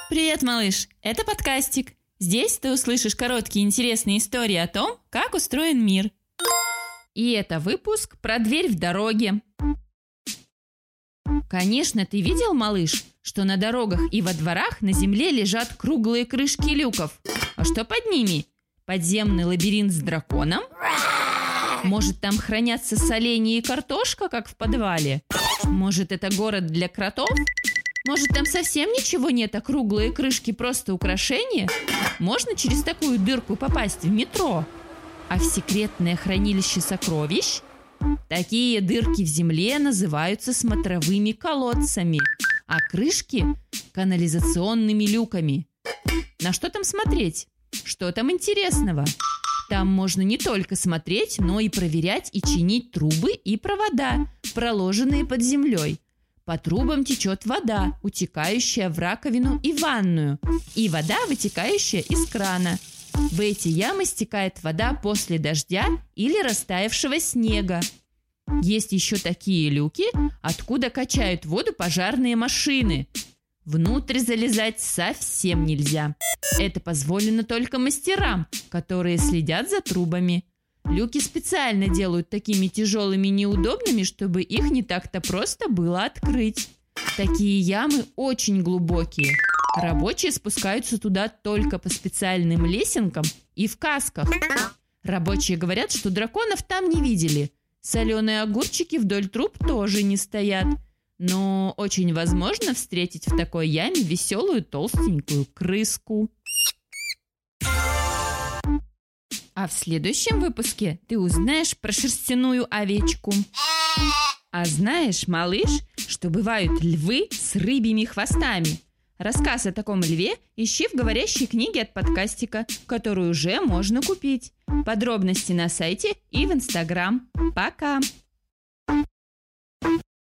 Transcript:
Привет, малыш! Это подкастик. Здесь ты услышишь короткие интересные истории о том, как устроен мир. И это выпуск про дверь в дороге. Конечно, ты видел, малыш, что на дорогах и во дворах на земле лежат круглые крышки люков. А что под ними? Подземный лабиринт с драконом? Может, там хранятся соленья и картошка, как в подвале? Может, это город для кротов? Может, там совсем ничего нет, а круглые крышки просто украшения? Можно через такую дырку попасть в метро? А в секретное хранилище сокровищ? Такие дырки в земле называются смотровыми колодцами, а крышки – канализационными люками. На что там смотреть? Что там интересного? Там можно не только смотреть, но и проверять и чинить трубы и провода, проложенные под землей. По трубам течет вода, утекающая в раковину и ванную, и вода, вытекающая из крана. В эти ямы стекает вода после дождя или растаявшего снега. Есть еще такие люки, откуда качают воду пожарные машины. Внутрь залезать совсем нельзя. Это позволено только мастерам, которые следят за трубами. Люки специально делают такими тяжелыми и неудобными, чтобы их не так-то просто было открыть. Такие ямы очень глубокие. Рабочие спускаются туда только по специальным лесенкам и в касках. Рабочие говорят, что драконов там не видели. Соленые огурчики вдоль труб тоже не стоят. Но очень возможно встретить в такой яме веселую толстенькую крыску. А в следующем выпуске ты узнаешь про шерстяную овечку. А знаешь, малыш, что бывают львы с рыбьими хвостами? Рассказ о таком льве ищи в говорящей книге от подкастика, которую уже можно купить. Подробности на сайте и в Инстаграм. Пока!